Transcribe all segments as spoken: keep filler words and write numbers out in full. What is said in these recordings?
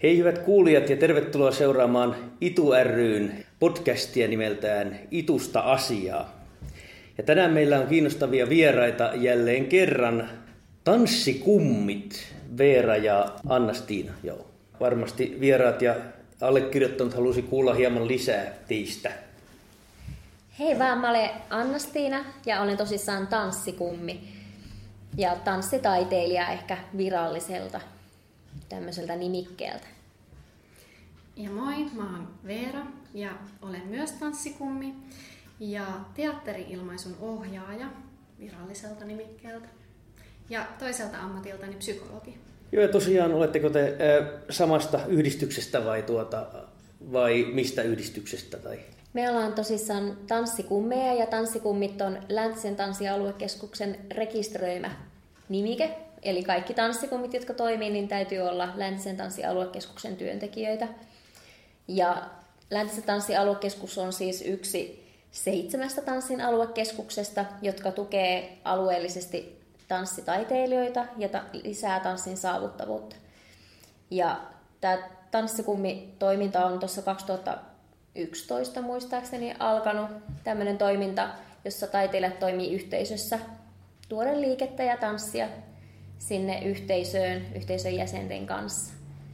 Hei hyvät kuulijat ja tervetuloa seuraamaan Itu ry:n podcastia nimeltään Itusta asiaa. Ja tänään meillä on kiinnostavia vieraita jälleen kerran. Tanssikummit, Veera ja Anna-Stiina. Joo. Varmasti vieraat ja allekirjoittanut halusi kuulla hieman lisää teistä. Hei vaan, mä olen Anna-Stiina ja olen tosissaan tanssikummi ja tanssitaiteilija ehkä viralliselta tämmöiseltä nimikkeeltä. Ja moi, mä oon Veera ja olen myös tanssikummi ja teatteri-ilmaisun ohjaaja viralliselta nimikkeeltä ja toiselta ammatiltani psykologi. Joo, ja tosiaan oletteko te äh, samasta yhdistyksestä vai, tuota, vai mistä yhdistyksestä? Tai? Me ollaan tosissaan tanssikummeja ja tanssikummit on Läntisen tanssialuekeskuksen rekisteröimä nimike. Eli kaikki tanssikummit, jotka toimii, niin täytyy olla Läntisen tanssialuekeskuksen työntekijöitä. Ja Läntisen tanssialuekeskus on siis yksi seitsemästä tanssin aluekeskuksesta, jotka tukee alueellisesti tanssitaiteilijoita ja ta- lisää tanssin saavuttavuutta. Ja tämä tanssikummi-toiminta on tuossa kaksituhattayksitoista muistaakseni alkanut tämmöinen toiminta, jossa taiteilijat toimii yhteisössä tuoden liikettä ja tanssia sinne yhteisöön, yhteisön jäsenten kanssa.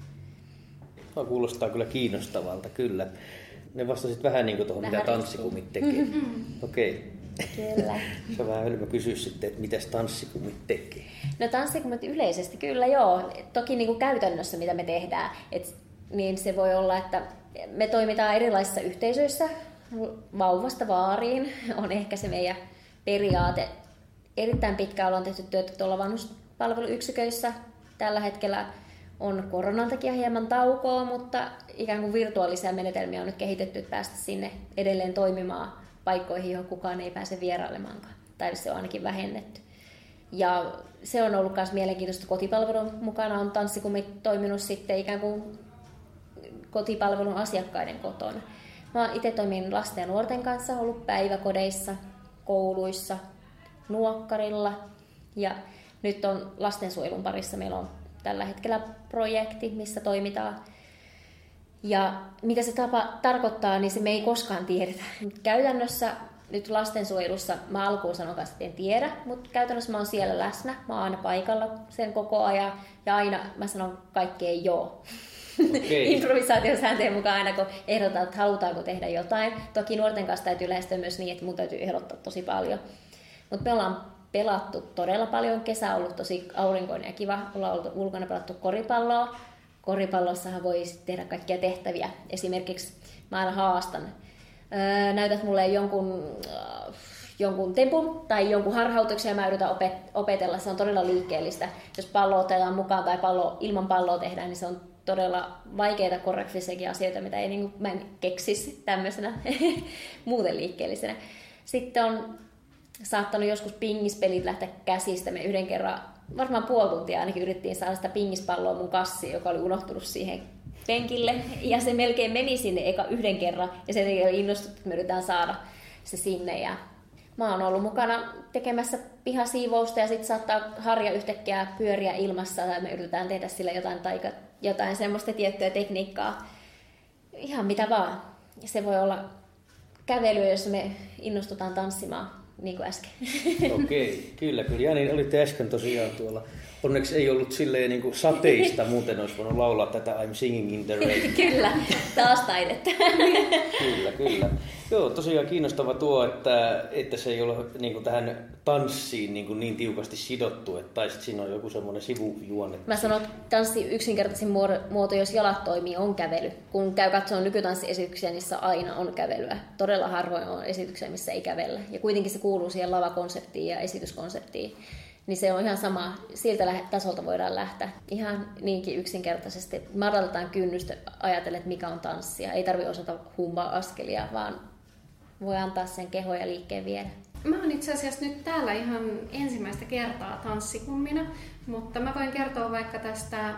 No, kuulostaa kyllä kiinnostavalta, kyllä. Ne vastasit vähän niin kuin tuohon, mitä tanssikummit tekee. Okei. Okay. Kyllä. Se on vähän hölmö kysyä sitten, että mitäs tanssikummit tekee? No tanssikummit yleisesti kyllä joo. Toki niin kuin käytännössä mitä me tehdään, et, niin se voi olla, että me toimitaan erilaisissa yhteisöissä, vauvasta vaariin on ehkä se meidän periaate. Erittäin pitkään ollaan tehty työtä tuolla vanhuspalveluyksiköissä. Tällä hetkellä on koronan takia hieman taukoa, mutta ikään kuin virtuaalisia menetelmiä on nyt kehitetty, että päästä sinne edelleen toimimaan paikkoihin, johon kukaan ei pääse vierailemaankaan. Tai se on ainakin vähennetty. Ja se on ollut myös mielenkiintoista. Kotipalvelun mukana on tanssikummit toiminut sitten ikään kuin kotipalvelun asiakkaiden kotona. Mä itse toimin lasten ja nuorten kanssa, ollut päiväkodeissa, kouluissa, nuokkarilla ja nyt on lastensuojelun parissa. Meillä on tällä hetkellä projekti, missä toimitaan. Ja mitä se tapa tarkoittaa, niin se me ei koskaan tiedetä. Käytännössä nyt lastensuojelussa, mä alkuun sanon kanssa, että en tiedä, mutta käytännössä mä oon siellä läsnä. Mä oon aina paikalla sen koko ajan ja aina mä sanon kaikkeen joo. Okay. Improvisaatiosääntöjen mukaan aina kun ehdotetaan, että halutaanko tehdä jotain. Toki nuorten kanssa täytyy lähestyä myös niin, että mun täytyy ehdottaa tosi paljon. Mutta me ollaan pelattu todella paljon. Kesä on ollut tosi aurinkoinen ja kiva. Ollaan ollut ulkona pelattu koripalloa. Koripallossahan voi tehdä kaikkia tehtäviä. Esimerkiksi mä aina haastan. Öö, näytät mulle jonkun, äh, jonkun tempun tai jonkun harhautuksen ja mä yritän opet- opetella. Se on todella liikkeellistä. Jos pallo otetaan mukaan tai pallo, ilman palloa tehdään, niin se on todella vaikeita korrektisiakin asioita, mitä ei, niin kuin, mä en keksisi tämmöisenä muuten liikkeellisenä. Sitten on saattanut joskus pingispelit lähteä käsistä. Me yhden kerran, varmaan puoli tuntia ainakin yritettiin saada sitä pingispalloa mun kassiin, joka oli unohtunut siihen penkille. Ja se melkein meni sinne eka yhden kerran. Ja sen takia oli innostuttu, että me yritetään saada se sinne. Ja mä oon ollut mukana tekemässä pihasiivousta ja sitten saattaa harja yhtäkkiä pyöriä ilmassa. Tai me yritetään tehdä sillä jotain, taika, jotain semmoista tiettyä tekniikkaa. Ihan mitä vaan. Ja se voi olla kävelyä, jos me innostutaan tanssimaan. Niin kuin äsken. Okei, kyllä, kyllä. Ja niin olitte äsken tosiaan tuolla. Onneksi ei ollut silleen niin kuin sateista, muuten olisi voinut laulaa tätä I'm singing in the rain. Kyllä, taas taidetta. Kyllä, kyllä. Joo, tosiaan kiinnostava tuo, että, että se ei ole niin kuin tähän tanssiin niin, kuin niin tiukasti sidottu, että tai sitten siinä on joku semmoinen sivujuone. Mä sanon, että tanssi yksinkertaisin muoto, jos jalat toimii, on kävely. Kun käy katsomaan nykytanssiesityksiä, niissä aina on kävelyä. Todella harvoin on esityksiä, missä ei kävellä. Ja kuitenkin se kuuluu siihen lavakonseptiin ja esityskonseptiin. Niin se on ihan sama. Siltä tasolta voidaan lähteä. Ihan niinkin yksinkertaisesti. Madalletaan kynnystä ajatellen, että mikä on tanssia. Ei tarvitse osata hummaa askelia, vaan voi antaa sen kehon ja liikkeen viedä. Mä oon itse asiassa nyt täällä ihan ensimmäistä kertaa tanssikummina, mutta mä voin kertoa vaikka tästä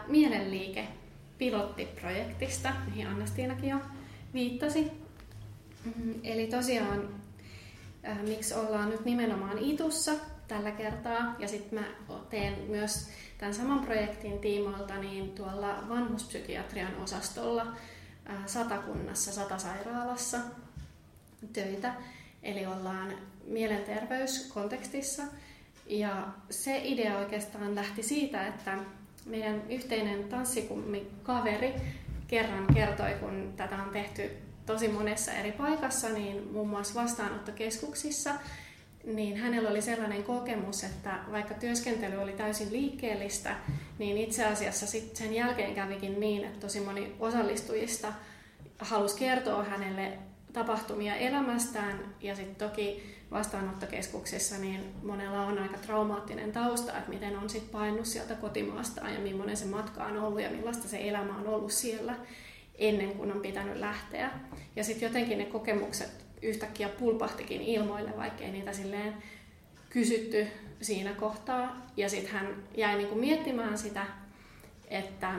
mielenliike-pilottiprojektista, mihin Anna-Stiinakin jo viittasi. Eli tosiaan äh, miksi ollaan nyt nimenomaan Itussa tällä kertaa. Ja sitten mä teen myös tämän saman projektin tiimoilta niin tuolla vanhuspsykiatrian osastolla äh, Satakunnassa, Satasairaalassa töitä. Eli ollaan mielenterveyskontekstissa. Ja se idea oikeastaan lähti siitä, että meidän yhteinen tanssikummikaveri kerran kertoi, kun tätä on tehty tosi monessa eri paikassa, niin muun muassa vastaanottokeskuksissa, niin hänellä oli sellainen kokemus, että vaikka työskentely oli täysin liikkeellistä, niin itse asiassa sit sen jälkeen kävikin niin, että tosi moni osallistujista halusi kertoa hänelle tapahtumia elämästään, ja sitten toki vastaanottokeskuksissa niin monella on aika traumaattinen tausta, että miten on sitten painut sieltä kotimaastaan ja millainen se matka on ollut ja millaista se elämä on ollut siellä ennen kuin on pitänyt lähteä. Ja sitten jotenkin ne kokemukset yhtäkkiä pulpahtikin ilmoille, vaikkei niitä silleen kysytty siinä kohtaa. Ja sitten hän jäi niinku miettimään sitä, että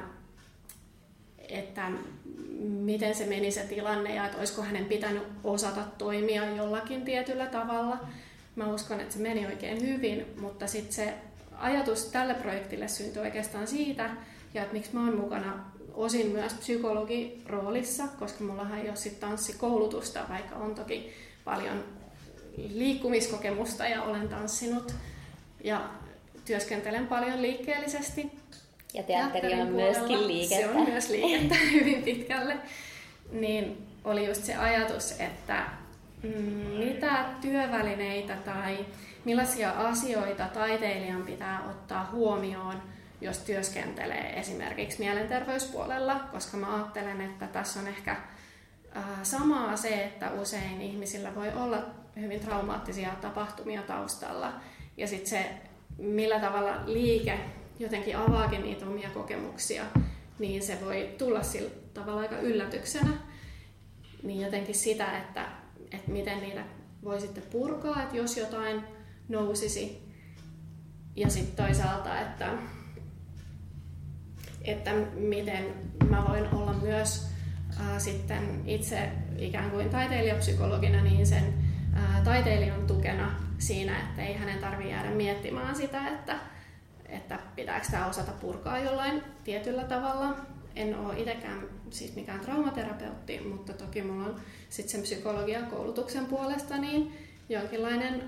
että miten se meni se tilanne ja että olisiko hänen pitänyt osata toimia jollakin tietyllä tavalla. Mä uskon, että se meni oikein hyvin, mutta sitten se ajatus tälle projektille syntyi oikeastaan siitä, ja että miksi mä oon mukana osin myös psykologiroolissa, koska mullahan ei ole sit tanssikoulutusta, vaikka on toki paljon liikkumiskokemusta ja olen tanssinut ja työskentelen paljon liikkeellisesti. Ja teatteri on myöskin liikettä. Se on myös liikettä hyvin pitkälle. Niin oli just se ajatus, että mitä työvälineitä tai millaisia asioita taiteilijan pitää ottaa huomioon, jos työskentelee esimerkiksi mielenterveyspuolella, koska mä ajattelen, että tässä on ehkä samaa se, että usein ihmisillä voi olla hyvin traumaattisia tapahtumia taustalla. Ja sitten se, millä tavalla liike jotenkin avaakin niitä omia kokemuksia, niin se voi tulla sillä tavalla aika yllätyksenä. Niin jotenkin sitä, että, että miten niitä voi sitten purkaa, että jos jotain nousisi. Ja sitten toisaalta, että, että miten mä voin olla myös ää, sitten itse ikään kuin taiteilijapsykologina niin sen ää, taiteilijan tukena siinä, että ei hänen tarvitse jäädä miettimään sitä, että että pitääkö tämä osata purkaa jollain tietyllä tavalla. En ole itsekään siis mikään traumaterapeutti, mutta toki mulla on sit sen psykologiakoulutuksen puolesta niin jonkinlainen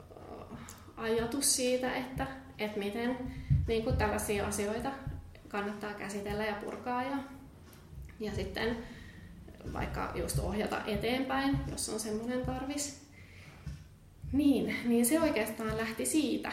ajatus siitä, että, että miten niin kuin tällaisia asioita kannattaa käsitellä ja purkaa ja, ja sitten vaikka just ohjata eteenpäin, jos on semmoinen tarvis. Niin, niin se oikeastaan lähti siitä.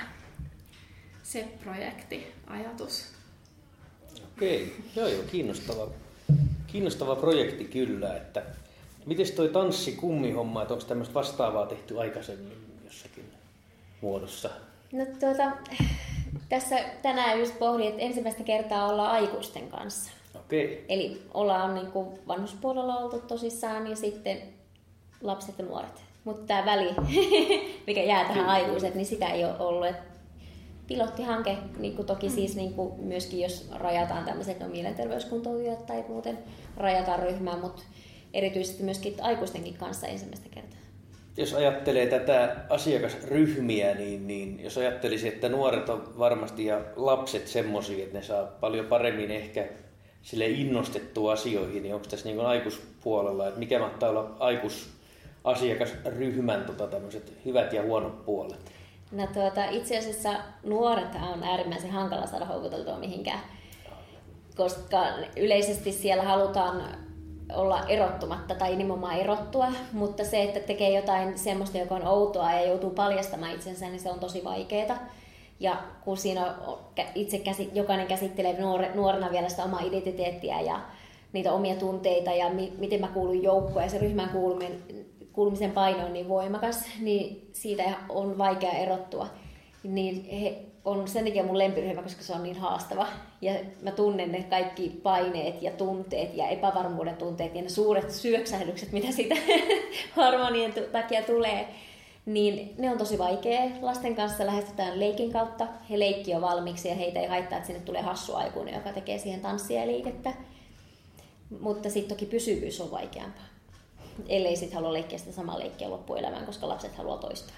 Se projekti, ajatus. Okei, joo joo, kiinnostava, kiinnostava projekti kyllä. Että mites toi tanssikummihomma, että onko tämmöistä vastaavaa tehty aikaisemmin jossakin muodossa? No tuota, tässä tänään just pohdin, että ensimmäistä kertaa ollaan aikuisten kanssa. Okei. Eli ollaan niin kuin vanhuspuolella oltu tosissaan ja sitten lapset ja nuoret. Mutta tämä väli, mikä jää tähän aikuiset, niin sitä ei ole ollut. Pilottihanke, niin kuin toki mm. siis niin kuin myöskin jos rajataan tämmöiset no, mielenterveyskuntoutujat tai muuten rajataan ryhmää, mutta erityisesti myöskin aikuistenkin kanssa ensimmäistä kertaa. Jos ajattelee tätä asiakasryhmiä, niin, niin jos ajattelisi, että nuoret on varmasti ja lapset semmoisia, että ne saa paljon paremmin ehkä sille innostettua asioihin, niin onko tässä niin kuin aikuispuolella, että mikä mahtaa olla aikuisasiakasryhmän tota, tämmöiset hyvät ja huonot puolet? No tuota, itse asiassa nuoret on äärimmäisen hankala saada houkuteltua mihinkään, koska yleisesti siellä halutaan olla erottumatta tai nimenomaan erottua, mutta se, että tekee jotain semmoista, joka on outoa ja joutuu paljastamaan itsensä, niin se on tosi vaikeaa. Ja kun siinä itse käsi, jokainen käsittelee nuorena vielä sitä omaa identiteettiä ja niitä omia tunteita ja mi, miten mä kuulun joukkoon ja se ryhmään kuuluminen, kuulumisen paino on niin voimakas, niin siitä on vaikea erottua. Niin he on sen takia mun lempiryhmä, koska se on niin haastava. Ja mä tunnen ne kaikki paineet ja tunteet ja epävarmuuden tunteet ja ne suuret syöksähdykset, mitä siitä hormonien takia tulee. Niin ne on tosi vaikea. Lasten kanssa lähestytään leikin kautta. He leikki jo valmiiksi ja heitä ei haittaa, että sinne tulee hassu aikuinen, joka tekee siihen tanssia ja liikettä. Mutta sitten toki pysyvyys on vaikeampaa. ellei sitten halua leikkiä sitä samaa leikkiä loppuelämään, koska lapset haluaa toistaa.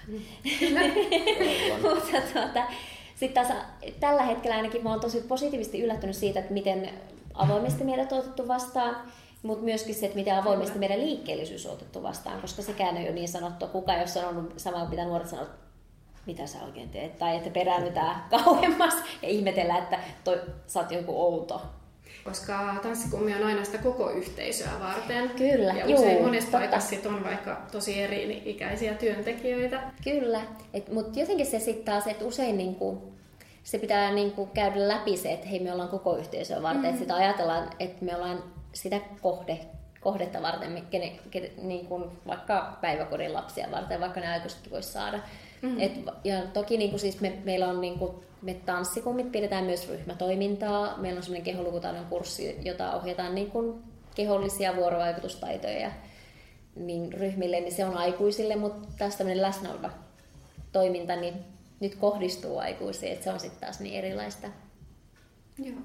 Mutta tuota, sitten taas tällä hetkellä ainakin mä oon tosi positiivisesti yllättynyt siitä, että miten avoimesti meidät on otettu vastaan, mutta myöskin se, että miten avoimesti meidän liikkeellisyys on otettu vastaan, koska sekään ei ole niin sanottua. Kukaan ei ole sanonut samaa, mitä nuoret sanoo, mitä sä oikein teet, tai että peräännytään kauemmas ja ihmetellään, että toi, sä oot joku outo. Koska tanssikummi on aina sitä koko yhteisöä varten. Kyllä, ja juu, usein monessa totta. paikassa on vaikka tosi eri-ikäisiä työntekijöitä. Kyllä, mutta jotenkin se sitten taas, että usein niinku, se pitää niinku käydä läpi se, että hei, me ollaan koko yhteisöä varten. Mm-hmm. Että sitä ajatellaan, että me ollaan sitä kohde, kohdetta varten, kene, kene, niin kuin vaikka päiväkodin lapsia varten, vaikka ne aikuisetkin voisi saada. Mm-hmm. Et, ja toki niin kuin siis me, meillä on niin kuin, me tanssikummit pidetään myös ryhmätoimintaa. Meillä on sellainen keholukutaidon kurssi, jota ohjataan niin kuin kehollisia vuorovaikutustaitoja niin ryhmille, niin se on aikuisille, mutta taas tämmöinen läsnäoleva toiminta niin nyt kohdistuu aikuisiin, että se on sitten taas niin erilaista. Joo.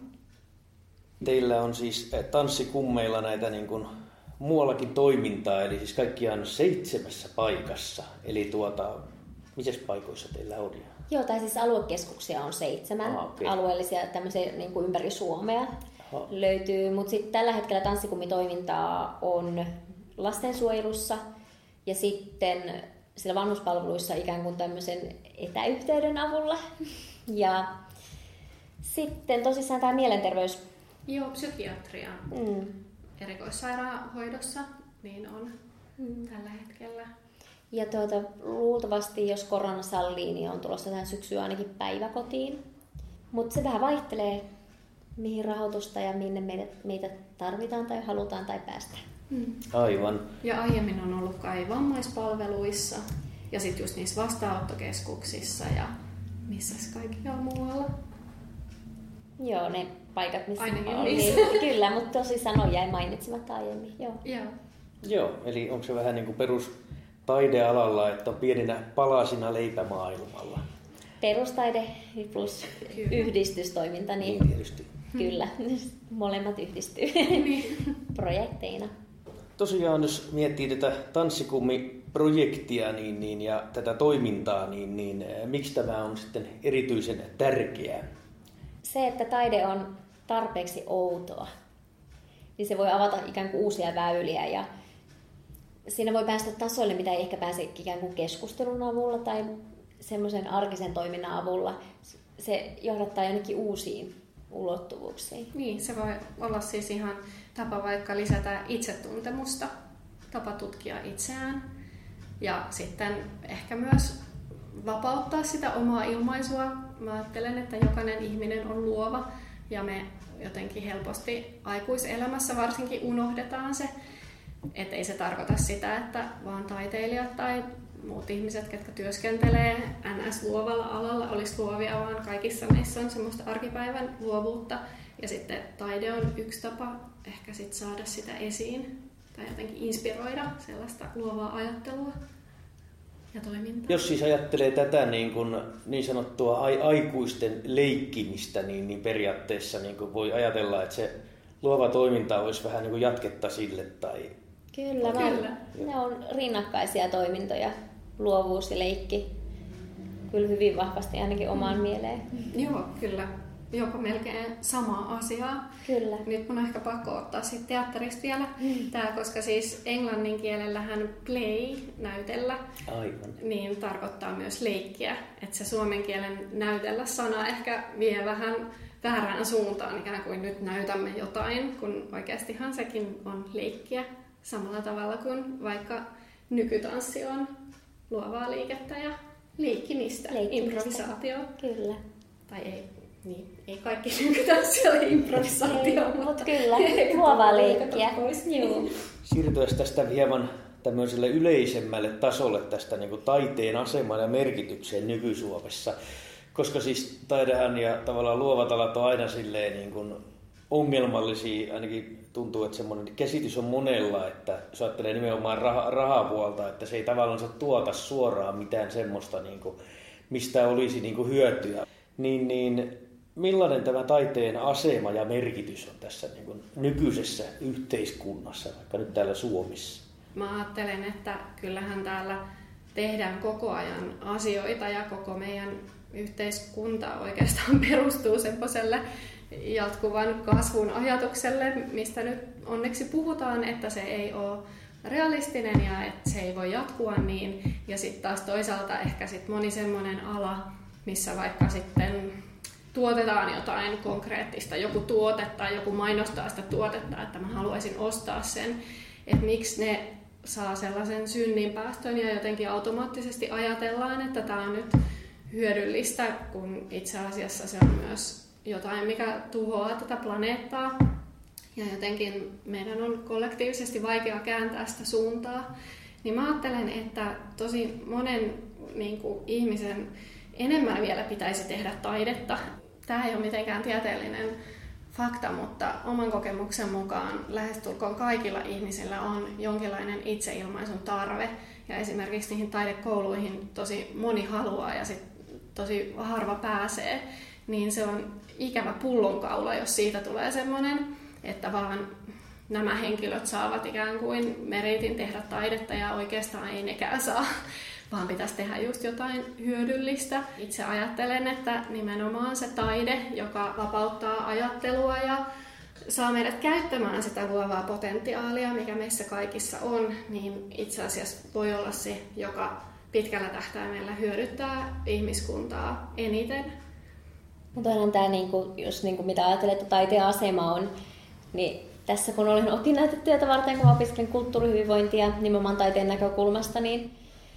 Teillä on siis tanssikummeilla näitä niin kuin muuallakin toimintaa, eli siis kaikkiaan seitsemässä paikassa. Eli tuota, missä paikoissa teillä on? Joo, tai siis aluekeskuksia on seitsemän, ah, okay. alueellisia tämmöisiä niin kuin ympäri Suomea Aha. löytyy, mutta sitten tällä hetkellä tanssikummitoimintaa on lastensuojelussa ja sitten siellä vanhuspalveluissa ikään kuin tämmöisen etäyhteyden avulla. Ja sitten tosissaan tämä mielenterveys. Joo, psykiatrian mm. erikoissairaanhoidossa niin on mm. tällä hetkellä. Ja tuota, luultavasti, jos korona sallii, niin on tulossa tähän syksyyn ainakin päiväkotiin. Mutta se vähän vaihtelee, mihin rahoitusta ja minne meitä, meitä tarvitaan tai halutaan tai päästään. Mm. Aivan. Ja aiemmin on ollut kai vammaispalveluissa ja sitten just niissä vastaanottokeskuksissa ja missäs kaikkialla muualla. Joo, ne paikat, missä ainakin oli. Niissä. Kyllä, mutta tosissaan jäi mainitsematta aiemmin. Joo. Joo. Joo, eli onko se vähän niin kuin perus taidealalla, että on pieninä palasina leipämaailmalla? Perustaide plus kyllä. yhdistystoiminta, niin, niin tietysti. Kyllä, molemmat yhdistyy projekteina. Tosiaan, jos miettii tätä tanssikummiprojektia niin, niin, ja tätä toimintaa, niin, niin miksi tämä on sitten erityisen tärkeää? Se, että taide on tarpeeksi outoa, niin se voi avata ikään kuin uusia väyliä ja siinä voi päästä tasoille, mitä ei ehkä pääse ikään kuin keskustelun avulla tai semmoisen arkisen toiminnan avulla. Se johdattaa jonnekin uusiin ulottuvuuksiin. Niin, se voi olla siis ihan tapa vaikka lisätä itsetuntemusta, tapa tutkia itseään ja sitten ehkä myös vapauttaa sitä omaa ilmaisua. Mä ajattelen, että jokainen ihminen on luova ja me jotenkin helposti aikuiselämässä varsinkin unohdetaan se. Että ei se tarkoita sitä, että vaan taiteilijat tai muut ihmiset, ketkä työskentelee N S-luovalla alalla, olisi luovia, vaan kaikissa meissä on semmoista arkipäivän luovuutta. Ja sitten taide on yksi tapa ehkä sit saada sitä esiin tai jotenkin inspiroida sellaista luovaa ajattelua ja toimintaa. Jos siis ajattelee tätä niin, kuin, niin sanottua aikuisten leikkimistä, niin, niin periaatteessa niin kuin voi ajatella, että se luova toiminta olisi vähän niin kuin jatketta sille tai... Kyllä, Kyllä. Ne on rinnakkaisia toimintoja, luovuus ja leikki, kyllä hyvin vahvasti ainakin omaan mm. mieleen. Joo, kyllä. Jopa melkein samaa asiaa. Kyllä. Nyt mun on ehkä pakko ottaa sitten teatterista vielä mm. tää, koska siis englannin kielellähän play, näytellä, Aivan. niin tarkoittaa myös leikkiä. Että se suomen kielen näytellä sana ehkä vie vähän väärään suuntaan, ikään kuin nyt näytämme jotain, kun oikeastihan sekin on leikkiä. Samalla tavalla kuin vaikka nykytanssi on luovaa liikettä ja leikkimistä, improvisaatio. Kyllä. Tai ei, niin, ei kaikki nykytanssi ole improvisaatio, ei, mutta kyllä, luovaa leikkiä. Siirtyä tästä hieman tämmöiselle yleisemmälle tasolle tästä niin kuin taiteen asemaan ja merkitykseen nyky-Suomessa. Koska siis taidehan ja tavallaan luovat alat on aina silleen niin kuin ongelmallisia, ainakin tuntuu, että semmoinen käsitys on monella, että jos ajattelee nimenomaan rah- rahapuolta, että se ei tavallaan tuota suoraan mitään semmoista, niin kuin, mistä olisi niin kuin hyötyä. Niin, niin millainen tämä taiteen asema ja merkitys on tässä niin kuin nykyisessä yhteiskunnassa, vaikka nyt täällä Suomessa? mä ajattelen, että kyllähän täällä tehdään koko ajan asioita ja koko meidän yhteiskunta oikeastaan perustuu semmoiselle jatkuvan kasvun ajatukselle, mistä nyt onneksi puhutaan, että se ei ole realistinen ja että se ei voi jatkua niin. Ja sitten taas toisaalta ehkä sit moni semmoinen ala, missä vaikka sitten tuotetaan jotain konkreettista, joku tuote tai joku mainostaa sitä tuotetta, että mä haluaisin ostaa sen, että miksi ne saa sellaisen synninpäästön ja jotenkin automaattisesti ajatellaan, että tämä on nyt hyödyllistä, kun itse asiassa se on myös jotain, mikä tuhoaa tätä planeettaa. Ja jotenkin meidän on kollektiivisesti vaikea kääntää sitä suuntaa. Niin mä ajattelen, että tosi monen niin kuin, ihmisen enemmän vielä pitäisi tehdä taidetta. Tämä ei ole mitenkään tieteellinen fakta, mutta oman kokemuksen mukaan lähestulkoon kaikilla ihmisillä on jonkinlainen itseilmaisun tarve. Ja esimerkiksi niihin taidekouluihin tosi moni haluaa ja sit tosi harva pääsee. Niin se on ikävä pullonkaula, jos siitä tulee semmoinen, että vaan nämä henkilöt saavat ikään kuin meritin tehdä taidetta ja oikeastaan ei nekään saa, vaan pitäisi tehdä just jotain hyödyllistä. Itse ajattelen, että nimenomaan se taide, joka vapauttaa ajattelua ja saa meidät käyttämään sitä luovaa potentiaalia, mikä meissä kaikissa on, niin itse asiassa voi olla se, joka pitkällä tähtäimellä hyödyttää ihmiskuntaa eniten. Mutta onhan tämä, niinku, jos niinku, mitä ajattelee, että taiteen asema on, niin tässä kun olen otin näitä työtä varten, kun opiskelin kulttuurihyvinvointia nimenomaan taiteen näkökulmasta, niin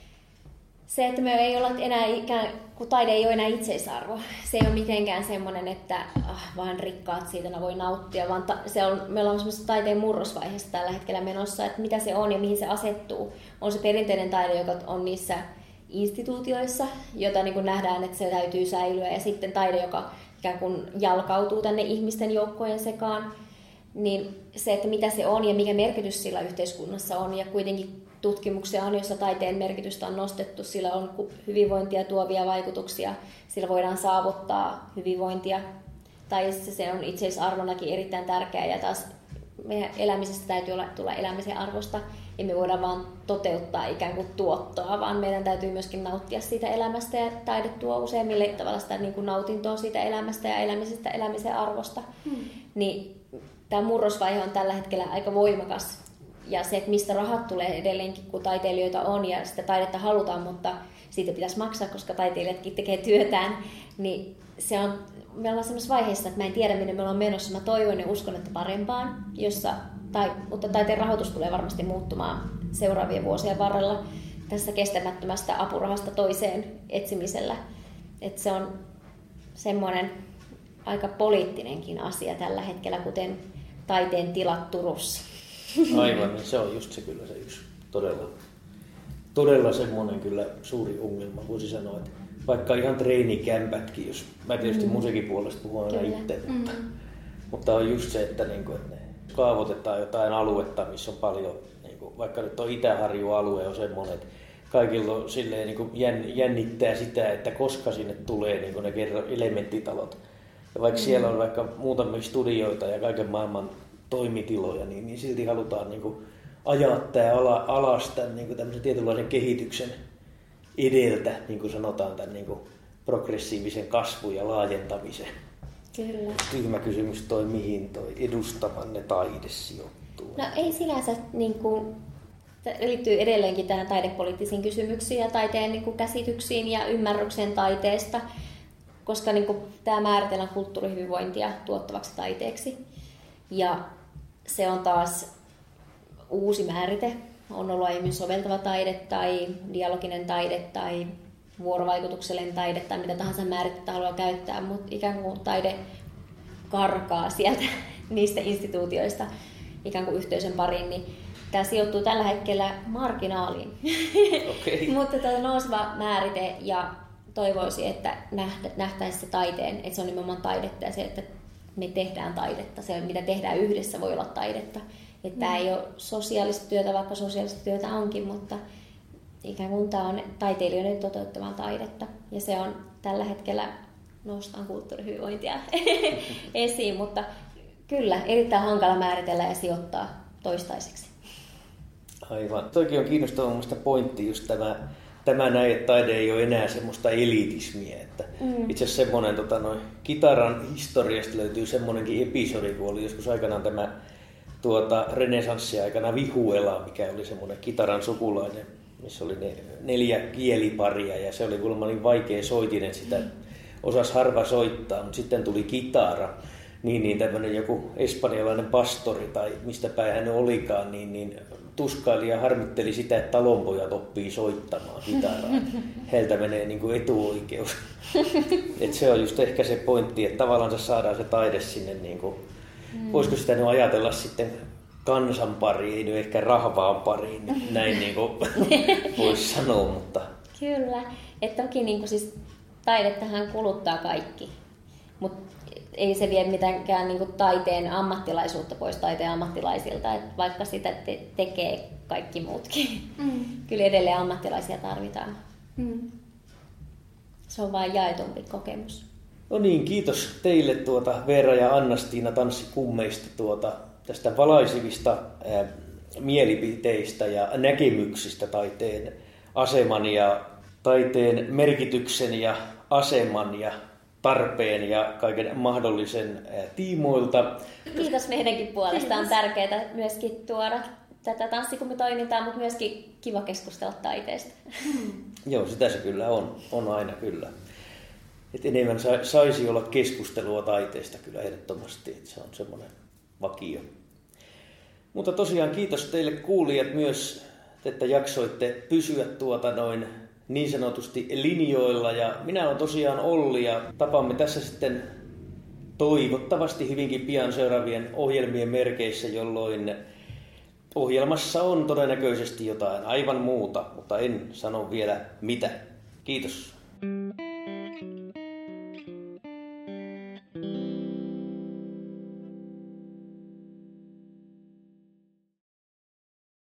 se, että me ei olla enää ikään, kun taide ei ole enää itseisarvo. Se ei ole mitenkään semmoinen, että ah, vaan rikkaat siitä voi nauttia, vaan ta- se on, me ollaan semmoisessa taiteen murrosvaiheessa tällä hetkellä menossa, että mitä se on ja mihin se asettuu. On se perinteinen taide, joka on niissä instituutioissa, jota niin kuin nähdään, että se täytyy säilyä, ja sitten taide, joka ikään kuin jalkautuu tänne ihmisten joukkojen sekaan, niin se, että mitä se on ja mikä merkitys sillä yhteiskunnassa on, ja kuitenkin tutkimuksia on, jossa taiteen merkitystä on nostettu, sillä on hyvinvointia tuovia vaikutuksia, sillä voidaan saavuttaa hyvinvointia, tai se on itseisarvonakin erittäin tärkeää, ja taas meidän elämisestä täytyy olla, tulla elämisen arvosta, ja me voidaan vaan toteuttaa ikään kuin tuottoa, vaan meidän täytyy myöskin nauttia siitä elämästä, ja taide tuo useimmille tavalla sitä niin kuin nautintoa siitä elämästä ja elämisestä elämisen arvosta. Hmm. Niin tämä murrosvaihe on tällä hetkellä aika voimakas, ja se, että mistä rahat tulee edelleenkin, kun taiteilijoita on ja sitä taidetta halutaan, mutta siitä pitäisi maksaa, koska taiteilijatkin tekee työtään, niin se on, me ollaan sellaisessa vaiheessa, että mä en tiedä, minne me ollaan menossa. Mä toivon ja uskon, että parempaan, jossa, tai, mutta taiteen rahoitus tulee varmasti muuttumaan seuraavien vuosien varrella tässä kestämättömästä apurahasta toiseen etsimisellä. Että se on semmoinen aika poliittinenkin asia tällä hetkellä, kuten taiteen tilat Turussa. Aivan, niin se on just se kyllä se yksi todella, todella semmoinen kyllä suuri ongelma, voisi sanoa, että vaikka ihan treenikämpätkin, jos mä tietysti mm. musiikin puolesta puhun aina itse, mutta, mm. mutta on just se, että, niin kuin, että ne kaavoitetaan jotain aluetta, missä on paljon, niin kuin, vaikka nyt on Itä-Harju-alue on semmoinen, että kaikilla on silleen, niin kuin jännittää sitä, että koska sinne tulee niin kuin ne elementtitalot. Ja vaikka mm. siellä on vaikka muutamia studioita ja kaiken maailman toimitiloja, niin, niin silti halutaan niin kuin ajaa tämä ala, alas tämän niin kuin tämmöisen tietynlaisen kehityksen edeltä, niin kuin sanotaan, tämän niin kuin progressiivisen kasvun ja laajentamisen. Kyllä. Tyhmä kysymys toi, mihin toi edustamanne taide sijoittuu. No ei sinänsä, niin kuin, liittyy edelleenkin tähän taidepoliittisiin kysymyksiin ja taiteen niin kuin käsityksiin ja ymmärrykseen taiteesta, koska niin kuin, tämä määritellään kulttuurihyvinvointia tuottavaksi taiteeksi. Ja se on taas uusi määrite. On ollut aiemmin soveltava taide tai dialoginen taide tai vuorovaikutuksellinen taide tai mitä tahansa määritettä haluaa käyttää, mutta ikään kuin taide karkaa sieltä niistä instituutioista ikään kuin yhteisön pariin, niin tämä sijoittuu tällä hetkellä marginaaliin. Okay. Mutta tämä on nouseva määrite ja toivoisin, että nähtäisiin se taiteen, että se on nimenomaan taidetta ja se, että me tehdään taidetta. Se, mitä tehdään yhdessä, voi olla taidetta. Että mm. Tämä ei ole sosiaalista työtä, vaikka sosiaalista työtä onkin, mutta ikään kuin tämä on taiteilijoiden toteuttamaa taidetta. Ja se on tällä hetkellä, noustaan kulttuurihyvinvointia esiin, mutta kyllä, erittäin hankala määritellä ja sijoittaa toistaiseksi. Aivan. Toikin on kiinnostava muista pointti just tämä, tämä näin, että taide ei ole enää semmoista elitismiä. Että mm. itse asiassa semmoinen tota, noin, kitaran historiasta löytyy semmoinenkin episodi, kun oli joskus aikanaan tämä tuota, renesanssiaikana Vihuela, mikä oli semmoinen kitaran sukulainen, missä oli ne neljä kieliparia ja se oli kuulemma niin vaikea soitin, että sitä osasi harva soittaa, mutta sitten tuli kitara. Niin, niin tämmöinen joku espanjalainen pastori tai mistä päin hän olikaan, niin, niin tuskaili ja harmitteli sitä, että talonpojat oppii soittamaan kitaraa. Heiltä menee niin kuin etuoikeus. Et se on just ehkä se pointti, että tavallaan se saadaan se taide sinne, niin kuin, mm. voisiko sitä nyt ajatella sitten kansan pariin, ei nyt ehkä rahvaan pariin, näin niin kuin voisi sanoa. Mutta... Kyllä, että toki niin kuin siis taidettahan kuluttaa kaikki, mutta ei se vie mitenkään niin kuin taiteen ammattilaisuutta pois taiteen ammattilaisilta, että vaikka sitä te- tekee kaikki muutkin. Mm. Kyllä edelleen ammattilaisia tarvitaan. Mm. Se on vain jaetumpi kokemus. No niin, kiitos teille tuota Veera ja Anna-Stiina tanssikummeista tuota, tästä valaisivista ää, mielipiteistä ja näkemyksistä taiteen aseman ja taiteen merkityksen ja aseman ja tarpeen ja kaiken mahdollisen tiimoilta. Kiitos meidänkin puolesta. On tärkeää myöskin tuoda tätä tanssikummitoimintaa, mutta myöskin kiva keskustella taiteesta. Joo, sitä se kyllä on. On aina kyllä. Et enemmän saisi olla keskustelua taiteesta kyllä ehdottomasti. Et se on semmoinen vakio. Mutta tosiaan kiitos teille kuulijat myös, että jaksoitte pysyä tuota noin niin sanotusti linjoilla, ja minä olen tosiaan Olli, ja tapaamme tässä sitten toivottavasti hyvinkin pian seuraavien ohjelmien merkeissä, jolloin ohjelmassa on todennäköisesti jotain aivan muuta, mutta en sano vielä mitä. Kiitos.